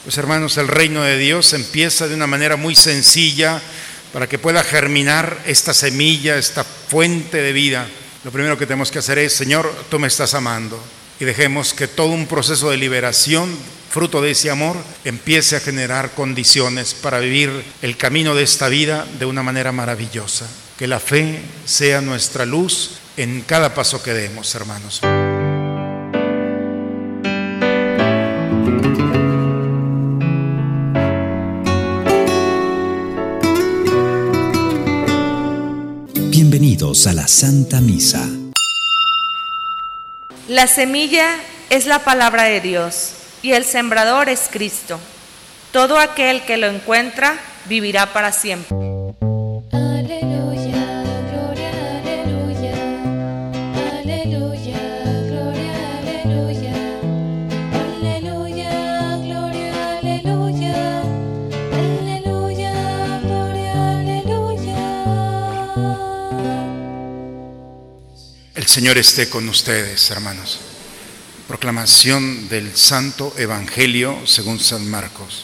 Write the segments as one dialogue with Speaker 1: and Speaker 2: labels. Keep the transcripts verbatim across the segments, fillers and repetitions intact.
Speaker 1: Pues hermanos, el reino de Dios empieza de una manera muy sencilla para que pueda germinar esta semilla, esta fuente de vida. Lo primero que tenemos que hacer es: Señor, tú me estás amando, y dejemos que todo un proceso de liberación, fruto de ese amor, empiece a generar condiciones para vivir el camino de esta vida de una manera maravillosa. Que la fe sea nuestra luz en cada paso que demos, hermanos.
Speaker 2: Bienvenidos a la Santa Misa.
Speaker 3: La semilla es la palabra de Dios y el sembrador es Cristo. Todo aquel que lo encuentra vivirá para siempre.
Speaker 4: Aleluya, gloria, aleluya. Aleluya, gloria, aleluya. Aleluya, gloria, aleluya. Aleluya, gloria, aleluya.
Speaker 1: El Señor esté con ustedes, hermanos. Proclamación del Santo Evangelio según San Marcos.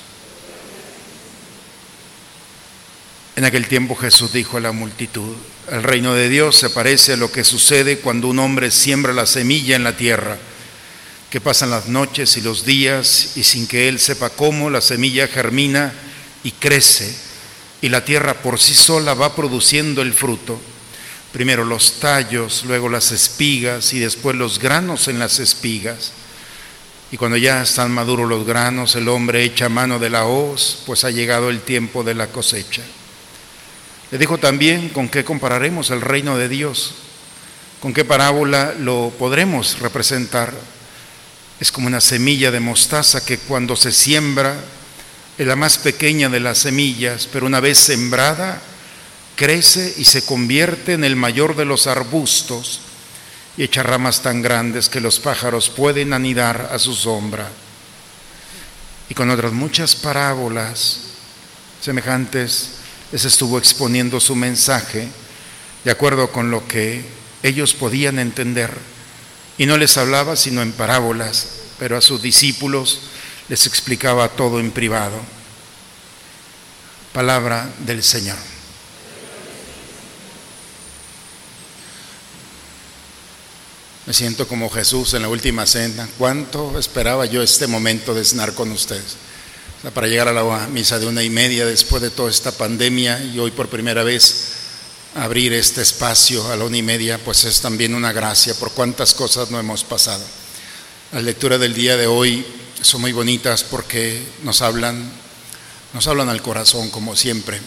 Speaker 1: En aquel tiempo Jesús dijo a la multitud: el reino de Dios se parece a lo que sucede cuando un hombre siembra la semilla en la tierra, que pasan las noches y los días y sin que él sepa cómo, la semilla germina y crece, y la tierra por sí sola va produciendo el fruto. Primero los tallos, luego las espigas y después los granos en las espigas. Y cuando ya están maduros los granos, el hombre echa mano de la hoz, pues ha llegado el tiempo de la cosecha. Le dijo también con qué compararemos el reino de Dios, con qué parábola lo podremos representar. Es como una semilla de mostaza que cuando se siembra es la más pequeña de las semillas, pero una vez sembrada crece y se convierte en el mayor de los arbustos y echa ramas tan grandes que los pájaros pueden anidar a su sombra. Y con otras muchas parábolas semejantes les estuvo exponiendo su mensaje de acuerdo con lo que ellos podían entender, y no les hablaba sino en parábolas, pero a sus discípulos les explicaba todo en privado. Palabra del Señor. Me siento como Jesús en la última cena. ¿Cuánto esperaba yo este momento de cenar con ustedes? O sea, para llegar a la misa de una y media después de toda esta pandemia, y hoy por primera vez abrir este espacio a la una y media, pues es también una gracia por cuántas cosas no hemos pasado. Las lecturas del día de hoy son muy bonitas porque nos hablan, nos hablan al corazón, como siempre.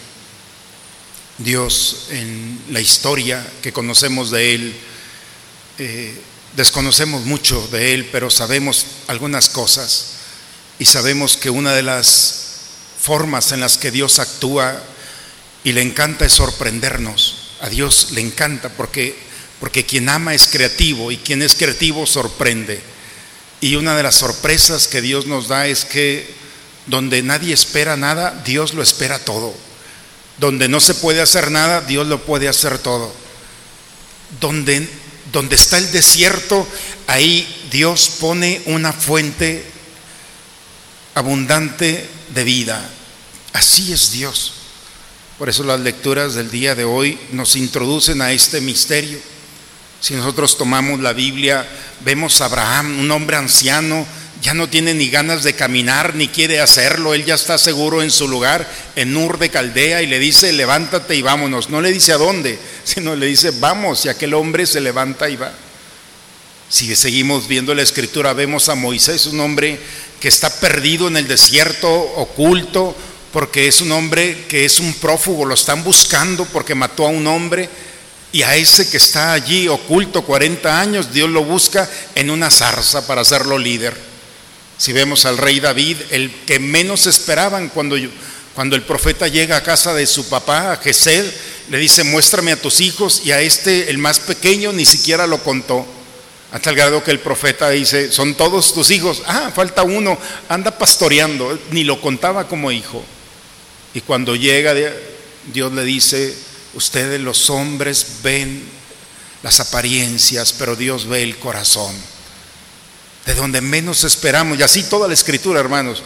Speaker 1: Dios, en la historia que conocemos de Él, eh, desconocemos mucho de Él, pero sabemos algunas cosas. Y sabemos que una de las formas en las que Dios actúa y le encanta es sorprendernos. A Dios le encanta porque, porque quien ama es creativo, y quien es creativo sorprende. Y una de las sorpresas que Dios nos da es que donde nadie espera nada, Dios lo espera todo. Donde no se puede hacer nada, Dios lo puede hacer todo. Donde, donde está el desierto, ahí Dios pone una fuente abundante de vida. Así es Dios. Por eso las lecturas del día de hoy nos introducen a este misterio. Si nosotros tomamos la Biblia, vemos a Abraham, un hombre anciano, ya no tiene ni ganas de caminar, ni quiere hacerlo. Él ya está seguro en su lugar, en Ur de Caldea, y le dice: levántate y vámonos. No le dice a dónde, sino le dice: vamos, y aquel hombre se levanta y va. Si seguimos viendo la escritura, vemos a Moisés, un hombre que está perdido en el desierto, oculto, porque es un hombre que es un prófugo, lo están buscando porque mató a un hombre, y a ese que está allí oculto cuarenta años, Dios lo busca en una zarza para hacerlo líder. Si vemos al rey David, el que menos esperaban, cuando, cuando el profeta llega a casa de su papá, a Jesed, le dice: muéstrame a tus hijos, y a este, el más pequeño, ni siquiera lo contó. Hasta el grado que el profeta dice: ¿son todos tus hijos? Ah, falta uno, anda pastoreando. Ni lo contaba como hijo. Y cuando llega, Dios le dice: ustedes los hombres ven las apariencias, pero Dios ve el corazón. De donde menos esperamos. Y así toda la escritura, hermanos.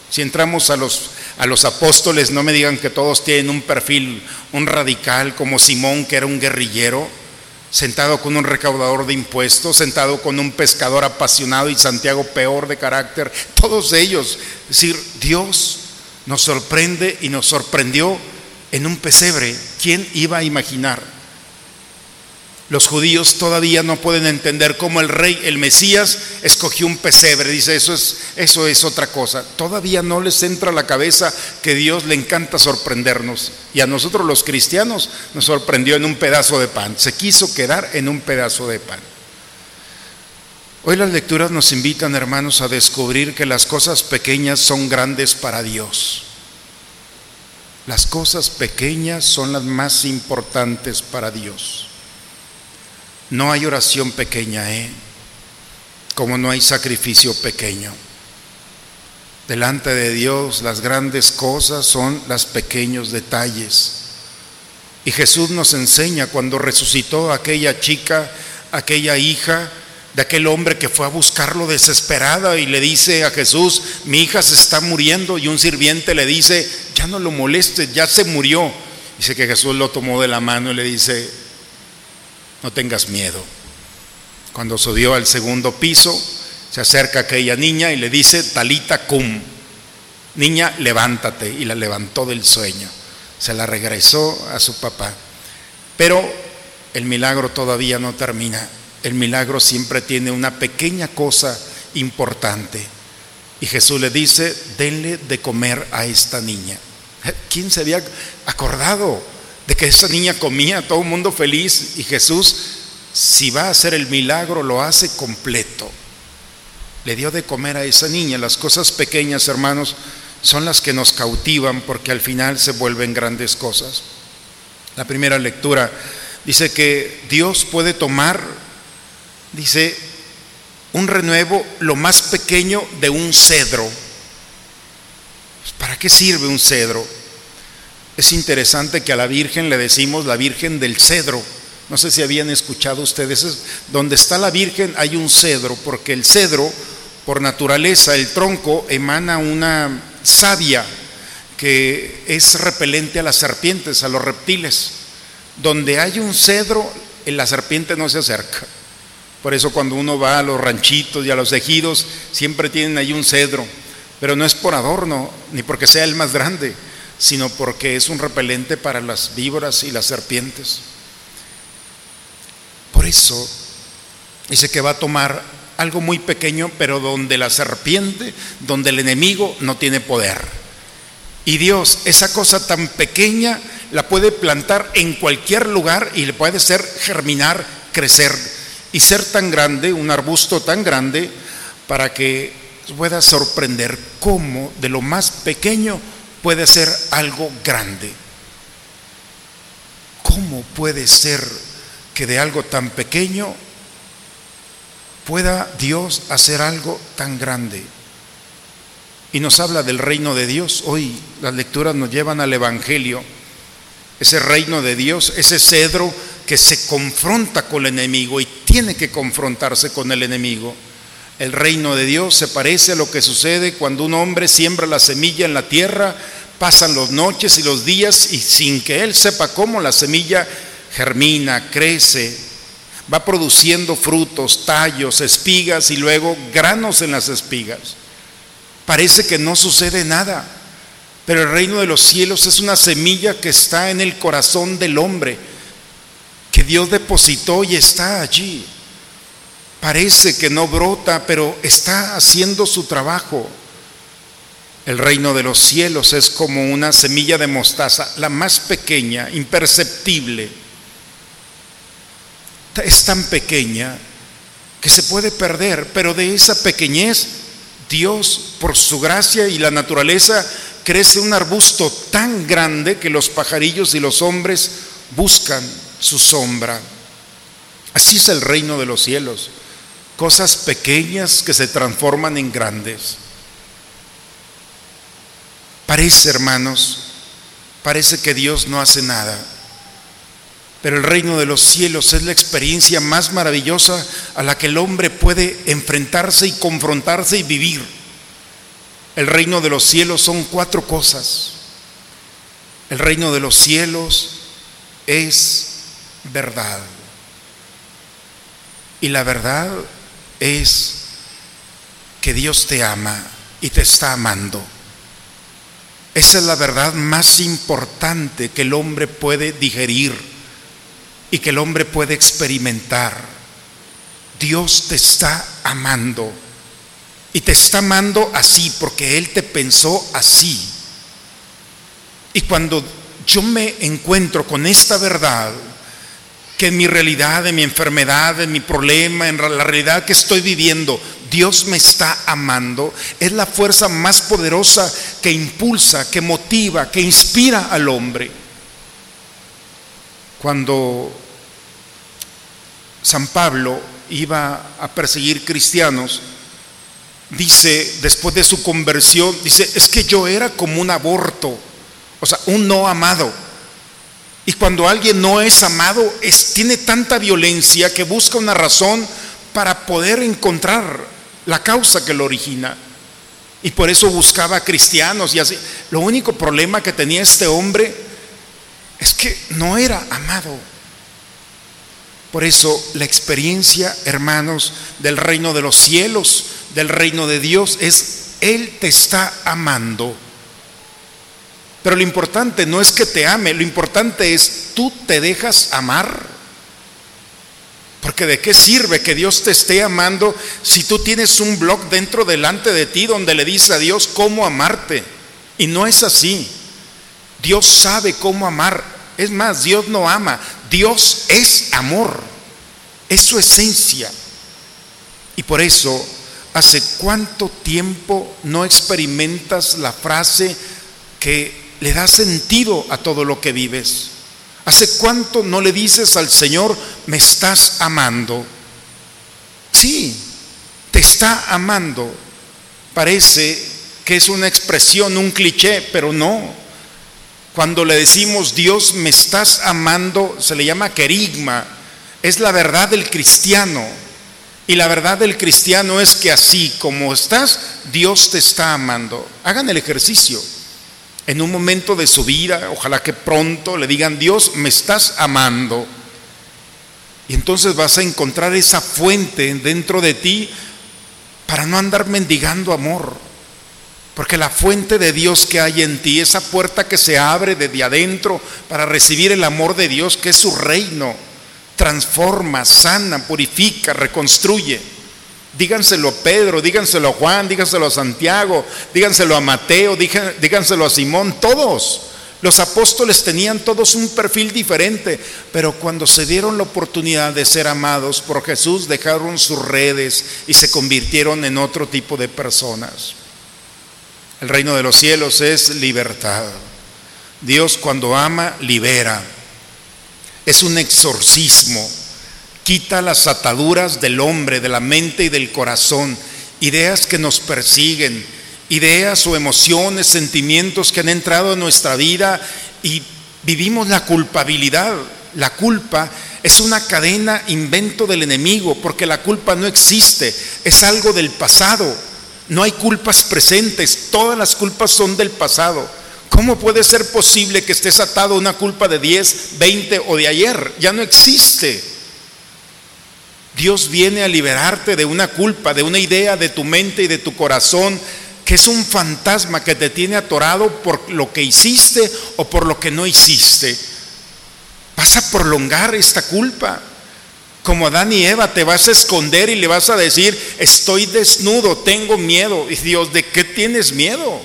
Speaker 1: Si entramos a los, a los apóstoles, no me digan que todos tienen un perfil, un radical como Simón, que era un guerrillero, sentado con un recaudador de impuestos, sentado con un pescador apasionado, y Santiago peor de carácter. Todos ellos, es decir, Dios nos sorprende y nos sorprendió en un pesebre. ¿Quién iba a imaginar? Los judíos todavía no pueden entender cómo el rey, el Mesías, escogió un pesebre. Dice, eso es, eso es otra cosa. Todavía no les entra a la cabeza que Dios le encanta sorprendernos. Y a nosotros los cristianos nos sorprendió en un pedazo de pan. Se quiso quedar en un pedazo de pan. Hoy las lecturas nos invitan, hermanos, a descubrir que las cosas pequeñas son grandes para Dios. Las cosas pequeñas son las más importantes para Dios. No hay oración pequeña, ¿eh? Como no hay sacrificio pequeño. Delante de Dios las grandes cosas son los pequeños detalles. Y Jesús nos enseña cuando resucitó a aquella chica, aquella hija de aquel hombre que fue a buscarlo desesperada y le dice a Jesús, mi hija se está muriendo, y un sirviente le dice, ya no lo molestes, ya se murió. Dice que Jesús lo tomó de la mano y le dice, no tengas miedo. Cuando subió al segundo piso, se acerca a aquella niña y le dice, talita cum, niña, levántate, y la levantó del sueño. Se la regresó a su papá. Pero el milagro todavía no termina. El milagro siempre tiene una pequeña cosa importante. Y Jesús le dice, denle de comer a esta niña. ¿Quién se había acordado de que esa niña comía? Todo el mundo feliz. Y Jesús, si va a hacer el milagro, lo hace completo. Le dio de comer a esa niña. Las cosas pequeñas, hermanos, son las que nos cautivan, porque al final se vuelven grandes cosas. La primera lectura dice que Dios puede tomar, dice, un renuevo, lo más pequeño de un cedro. ¿Para qué sirve un cedro? Es interesante que a la Virgen le decimos la Virgen del Cedro. No sé si habían escuchado ustedes, donde está la Virgen hay un cedro, porque el cedro, por naturaleza, el tronco emana una savia que es repelente a las serpientes, a los reptiles. Donde hay un cedro, la serpiente no se acerca. Por eso cuando uno va a los ranchitos y a los ejidos, siempre tienen ahí un cedro, pero no es por adorno, ni porque sea el más grande, sino porque es un repelente para las víboras y las serpientes. Por eso dice que va a tomar algo muy pequeño, pero donde la serpiente, donde el enemigo no tiene poder. Y Dios, esa cosa tan pequeña, la puede plantar en cualquier lugar y le puede hacer germinar, crecer y ser tan grande, un arbusto tan grande, para que pueda sorprender cómo de lo más pequeño puede ser algo grande. ¿Cómo puede ser que de algo tan pequeño pueda Dios hacer algo tan grande? Y nos habla del reino de Dios. Hoy las lecturas nos llevan al Evangelio. Ese reino de Dios, ese cedro que se confronta con el enemigo y tiene que confrontarse con el enemigo. El reino de Dios se parece a lo que sucede cuando un hombre siembra la semilla en la tierra. Pasan las noches y los días y sin que él sepa cómo, la semilla germina, crece, va produciendo frutos, tallos, espigas y luego granos en las espigas. Parece que no sucede nada, pero el reino de los cielos es una semilla que está en el corazón del hombre, que Dios depositó y está allí. Parece que no brota, pero está haciendo su trabajo. El reino de los cielos es como una semilla de mostaza, la más pequeña, imperceptible. Es tan pequeña que se puede perder, pero de esa pequeñez, Dios, por su gracia y la naturaleza, crece un arbusto tan grande que los pajarillos y los hombres buscan su sombra. Así es el reino de los cielos. Cosas pequeñas que se transforman en grandes. Parece, hermanos, parece que Dios no hace nada, pero el reino de los cielos es la experiencia más maravillosa a la que el hombre puede enfrentarse y confrontarse y vivir. El reino de los cielos son cuatro cosas. El reino de los cielos es verdad. Y la verdad es que Dios te ama y te está amando. Esa es la verdad más importante que el hombre puede digerir y que el hombre puede experimentar. Dios te está amando. Y te está amando así porque Él te pensó así. Y cuando yo me encuentro con esta verdad, que en mi realidad, en mi enfermedad, en mi problema, en la realidad que estoy viviendo, Dios me está amando, es la fuerza más poderosa que impulsa, que motiva, que inspira al hombre. Cuando San Pablo iba a perseguir cristianos, dice, después de su conversión, dice, es que yo era como un aborto, o sea, un no amado. Y cuando alguien no es amado, es, tiene tanta violencia que busca una razón para poder encontrar la causa que lo origina. Y por eso buscaba cristianos y así. Lo único problema que tenía este hombre es que no era amado. Por eso la experiencia, hermanos, del reino de los cielos, del reino de Dios, es Él te está amando. Pero lo importante no es que te ame, lo importante es, ¿tú te dejas amar? Porque ¿de qué sirve que Dios te esté amando si tú tienes un blog dentro delante de ti donde le dices a Dios cómo amarte? Y no es así. Dios sabe cómo amar. Es más, Dios no ama, Dios es amor, es su esencia. Y por eso, ¿hace cuánto tiempo no experimentas la frase que le da sentido a todo lo que vives? ¿Hace cuánto no le dices al Señor, me estás amando? Sí, te está amando. Parece que es una expresión, un cliché, pero no. Cuando le decimos, Dios me estás amando, se le llama querigma. Es la verdad del cristiano. Y la verdad del cristiano es que así como estás, Dios te está amando. Hagan el ejercicio. En un momento de su vida, ojalá que pronto le digan, Dios, me estás amando. Y entonces vas a encontrar esa fuente dentro de ti para no andar mendigando amor. Porque la fuente de Dios que hay en ti, esa puerta que se abre desde adentro para recibir el amor de Dios, que es su reino, transforma, sana, purifica, reconstruye. Díganselo a Pedro, díganselo a Juan, díganselo a Santiago, díganselo a Mateo, díganselo a Simón, todos. Los apóstoles tenían todos un perfil diferente, pero cuando se dieron la oportunidad de ser amados por Jesús, dejaron sus redes y se convirtieron en otro tipo de personas. El reino de los cielos es libertad. Dios cuando ama, libera. Es un exorcismo. Quita las ataduras del hombre, de la mente y del corazón, ideas que nos persiguen, ideas o emociones, sentimientos que han entrado en nuestra vida y vivimos la culpabilidad. La culpa es una cadena, invento del enemigo, porque la culpa no existe, es algo del pasado. No hay culpas presentes, todas las culpas son del pasado. ¿Cómo puede ser posible que estés atado a una culpa de diez, veinte o de ayer? Ya no existe. Dios viene a liberarte de una culpa, de una idea de tu mente y de tu corazón que es un fantasma que te tiene atorado por lo que hiciste o por lo que no hiciste. Vas a prolongar esta culpa. Como Adán y Eva, te vas a esconder y le vas a decir, estoy desnudo, tengo miedo. Y Dios, ¿de qué tienes miedo?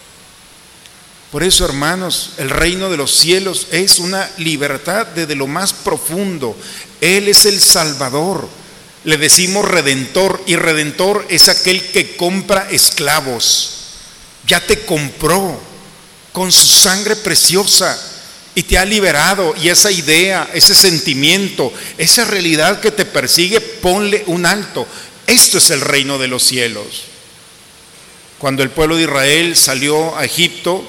Speaker 1: Por eso, hermanos, el reino de los cielos es una libertad desde lo más profundo. Él es el Salvador. Le decimos Redentor, y Redentor es aquel que compra esclavos. Ya te compró con su sangre preciosa y te ha liberado. Y esa idea, ese sentimiento, esa realidad que te persigue, ponle un alto. Esto es el reino de los cielos. Cuando el pueblo de Israel salió a Egipto,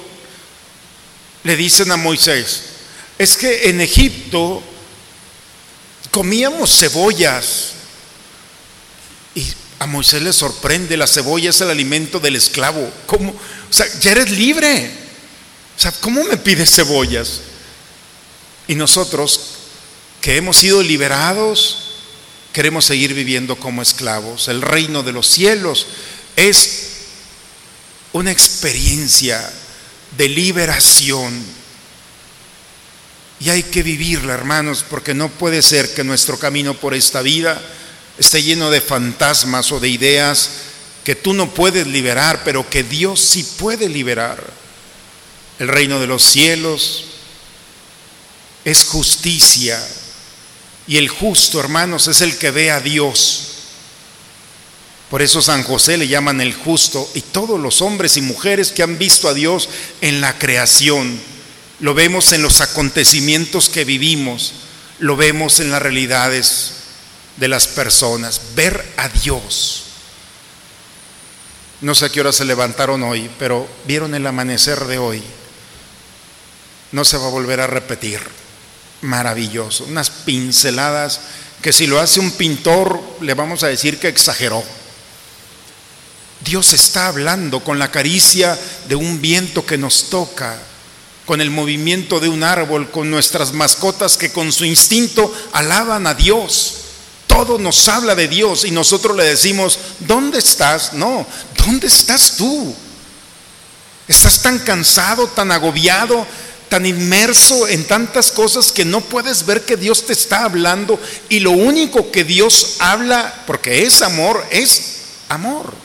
Speaker 1: le dicen a Moisés, es que en Egipto comíamos cebollas. Y A Moisés le sorprende, la cebolla es el alimento del esclavo. ¿Cómo? O sea, ya eres libre. O sea, ¿cómo me pides cebollas? Y nosotros, que hemos sido liberados, queremos seguir viviendo como esclavos. El reino de los cielos es una experiencia de liberación. Y hay que vivirla, hermanos, porque no puede ser que nuestro camino por esta vida esté lleno de fantasmas o de ideas que tú no puedes liberar, pero que Dios sí puede liberar. El reino de los cielos es justicia, y el justo, hermanos, es el que ve a Dios. Por eso San José le llaman el justo, y todos los hombres y mujeres que han visto a Dios en la creación, lo vemos en los acontecimientos que vivimos, lo vemos en las realidades de las personas, ver a Dios. No sé a qué hora se levantaron hoy, pero vieron el amanecer de hoy. No se va a volver a repetir. Maravilloso, unas pinceladas que si lo hace un pintor le vamos a decir que exageró. Dios está hablando con la caricia de un viento que nos toca, con el movimiento de un árbol, con nuestras mascotas que con su instinto alaban a Dios. Todo nos habla de Dios y nosotros le decimos, ¿dónde estás? No, ¿dónde estás tú? Estás tan cansado, tan agobiado, tan inmerso en tantas cosas que no puedes ver que Dios te está hablando, y lo único que Dios habla, porque es amor, es amor.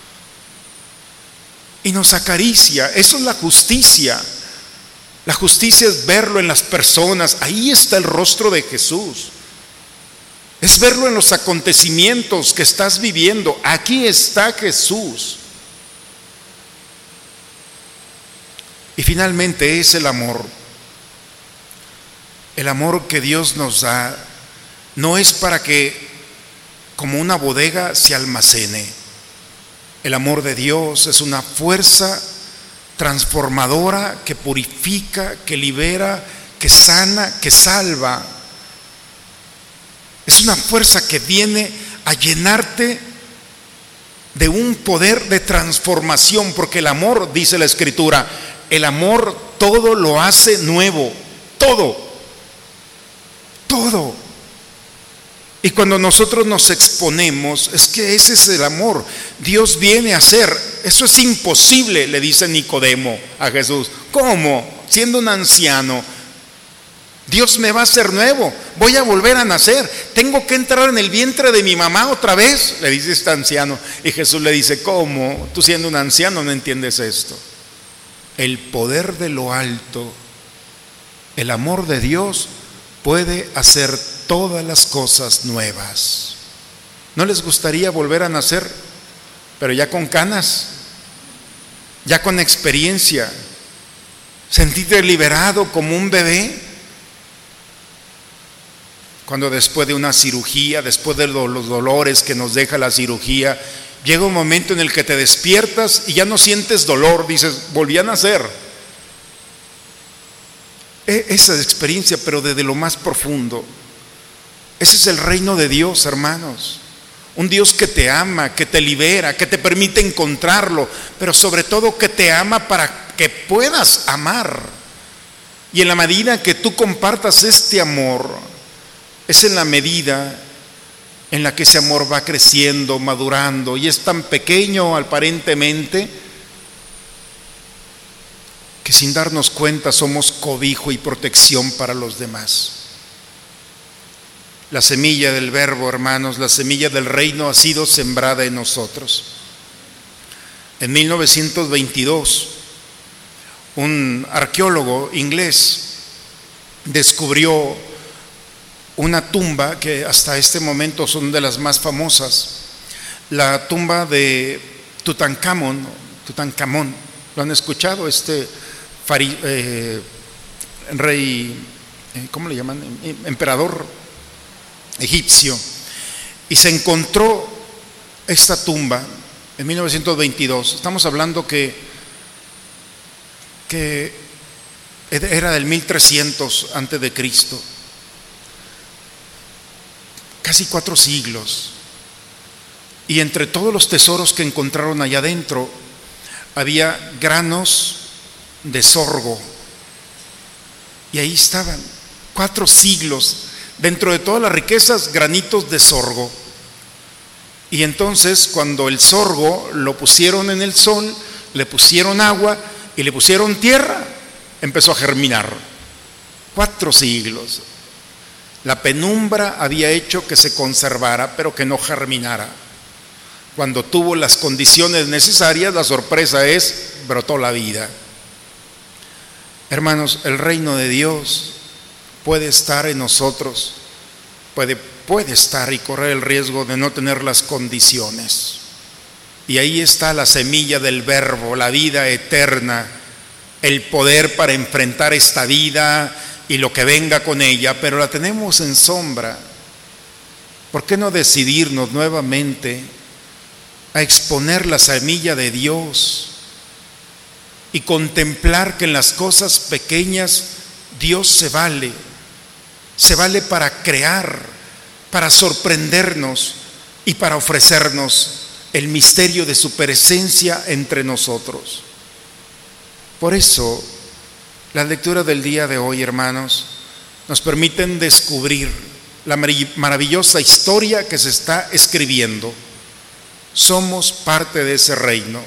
Speaker 1: Y nos acaricia. Eso es la justicia. La justicia es verlo en las personas. Ahí está el rostro de Jesús. Es verlo en los acontecimientos que estás viviendo. Aquí está Jesús. Y finalmente es el amor. El amor que Dios nos da no es para que como una bodega se almacene. El amor de Dios es una fuerza transformadora que purifica, que libera, que sana, que salva. Es una fuerza que viene a llenarte de un poder de transformación, porque el amor, dice la Escritura, el amor todo lo hace nuevo, todo, todo. Y cuando nosotros nos exponemos, es que ese es el amor. Dios viene a hacer, eso es imposible, le dice Nicodemo a Jesús. ¿Cómo? Siendo un anciano, Dios me va a hacer nuevo, voy a volver a nacer, tengo que entrar en el vientre de mi mamá otra vez, le dice este anciano. Y Jesús le dice, ¿cómo? Tú siendo un anciano no entiendes esto. El poder de lo alto, el amor de Dios puede hacer todas las cosas nuevas. ¿No les gustaría volver a nacer, pero ya con canas, ya con experiencia, sentirte liberado como un bebé? Cuando después de una cirugía, después de los dolores que nos deja la cirugía, llega un momento en el que te despiertas y ya no sientes dolor, dices, volví a nacer. Esa experiencia, pero desde lo más profundo. Ese es el reino de Dios, hermanos. Un Dios que te ama, que te libera, que te permite encontrarlo, pero sobre todo que te ama para que puedas amar. Y en la medida que tú compartas este amor, es en la medida en la que ese amor va creciendo, madurando, y es tan pequeño aparentemente que sin darnos cuenta somos cobijo y protección para los demás. La semilla del verbo, hermanos, la semilla del reino ha sido sembrada en nosotros. En mil novecientos veintidós, un arqueólogo inglés descubrió una tumba que hasta este momento son de las más famosas, la tumba de Tutankamón. Tutankamón, ¿lo han escuchado? Este fari, eh, rey, eh, ¿cómo le llaman? Emperador egipcio. Y se encontró esta tumba en mil novecientos veintidós. Estamos hablando que, que era del mil trescientos antes de Cristo. Casi cuatro siglos. Y entre todos los tesoros que encontraron allá adentro, había granos de sorgo. Y ahí estaban, cuatro siglos, dentro de todas las riquezas, granitos de sorgo. Y entonces, cuando el sorgo lo pusieron en el sol, le pusieron agua y le pusieron tierra, empezó a germinar. Cuatro siglos. La penumbra había hecho que se conservara, pero que no germinara. Cuando tuvo las condiciones necesarias, la sorpresa es, brotó la vida. Hermanos, el reino de Dios puede estar en nosotros, puede, puede estar y correr el riesgo de no tener las condiciones. Y ahí está la semilla del verbo, la vida eterna, el poder para enfrentar esta vida y lo que venga con ella, pero la tenemos en sombra. ¿Por qué no decidirnos nuevamente a exponer la semilla de Dios y contemplar que en las cosas pequeñas Dios se vale, se vale para crear, para sorprendernos y para ofrecernos el misterio de su presencia entre nosotros? Por eso, las lecturas del día de hoy, hermanos, nos permiten descubrir la maravillosa historia que se está escribiendo. Somos parte de ese reino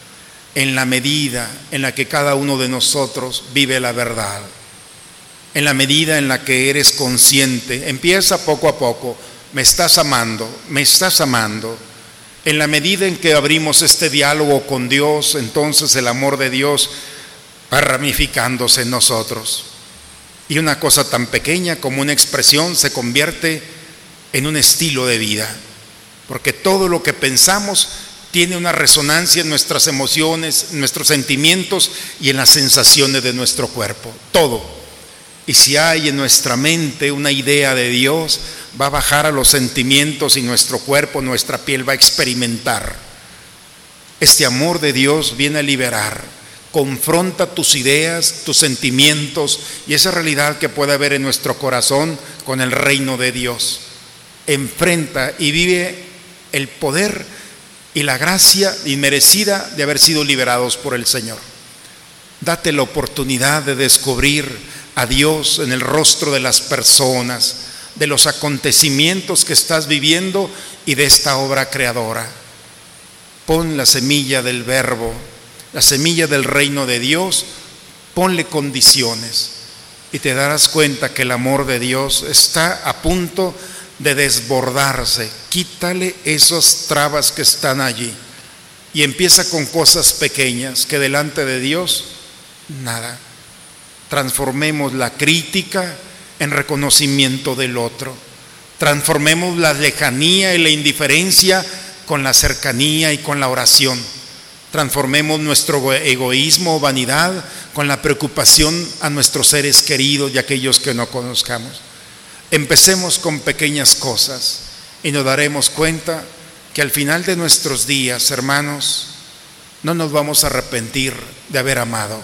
Speaker 1: en la medida en la que cada uno de nosotros vive la verdad, en la medida en la que eres consciente, empieza poco a poco, me estás amando, me estás amando. En la medida en que abrimos este diálogo con Dios, entonces el amor de Dios va ramificándose en nosotros. Y una cosa tan pequeña como una expresión se convierte en un estilo de vida. Porque todo lo que pensamos tiene una resonancia en nuestras emociones, en nuestros sentimientos y en las sensaciones de nuestro cuerpo. Todo. Y si hay en nuestra mente una idea de Dios, va a bajar a los sentimientos y nuestro cuerpo, nuestra piel va a experimentar. Este amor de Dios viene a liberar, confronta tus ideas, tus sentimientos y esa realidad que puede haber en nuestro corazón con el reino de Dios. Enfrenta y vive el poder y la gracia inmerecida de haber sido liberados por el Señor. Date la oportunidad de descubrir a Dios en el rostro de las personas, de los acontecimientos que estás viviendo y de esta obra creadora. Pon la semilla del verbo, la semilla del reino de Dios, ponle condiciones y te darás cuenta que el amor de Dios está a punto de desbordarse. Quítale esas trabas que están allí y empieza con cosas pequeñas que delante de Dios, nada. Transformemos la crítica en reconocimiento del otro. Transformemos la lejanía y la indiferencia con la cercanía y con la oración. Transformemos nuestro egoísmo o vanidad con la preocupación a nuestros seres queridos y aquellos que no conozcamos. Empecemos con pequeñas cosas y nos daremos cuenta que al final de nuestros días, hermanos, no nos vamos a arrepentir de haber amado.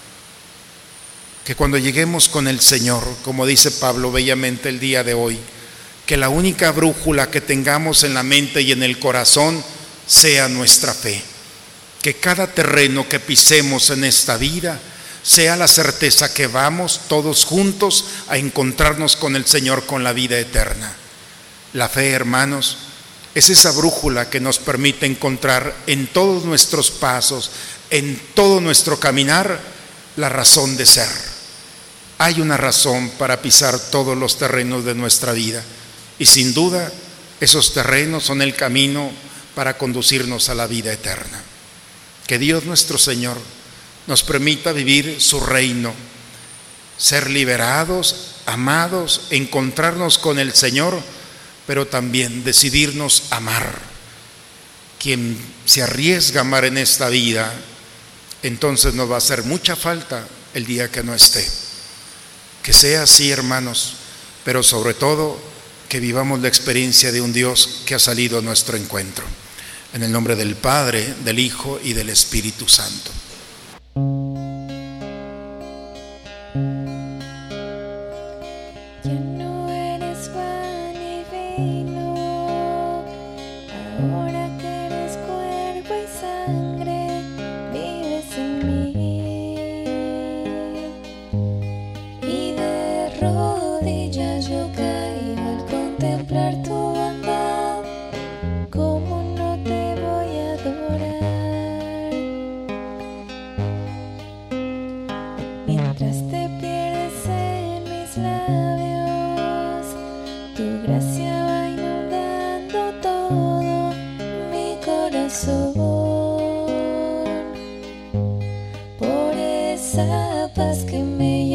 Speaker 1: Que cuando lleguemos con el Señor, como dice Pablo bellamente el día de hoy, que la única brújula que tengamos en la mente y en el corazón sea nuestra fe. Que cada terreno que pisemos en esta vida sea la certeza que vamos todos juntos a encontrarnos con el Señor con la vida eterna. La fe, hermanos, es esa brújula que nos permite encontrar en todos nuestros pasos, en todo nuestro caminar, la razón de ser. Hay una razón para pisar todos los terrenos de nuestra vida y sin duda esos terrenos son el camino para conducirnos a la vida eterna. Que Dios nuestro Señor nos permita vivir su reino, ser liberados, amados, encontrarnos con el Señor, pero también decidirnos amar. Quien se arriesga a amar en esta vida, entonces nos va a hacer mucha falta el día que no esté. Que sea así, hermanos, pero sobre todo que vivamos la experiencia de un Dios que ha salido a nuestro encuentro. En el nombre del Padre, del Hijo y del Espíritu Santo.
Speaker 4: Ya no eres pan y vino, ahora esa paz que me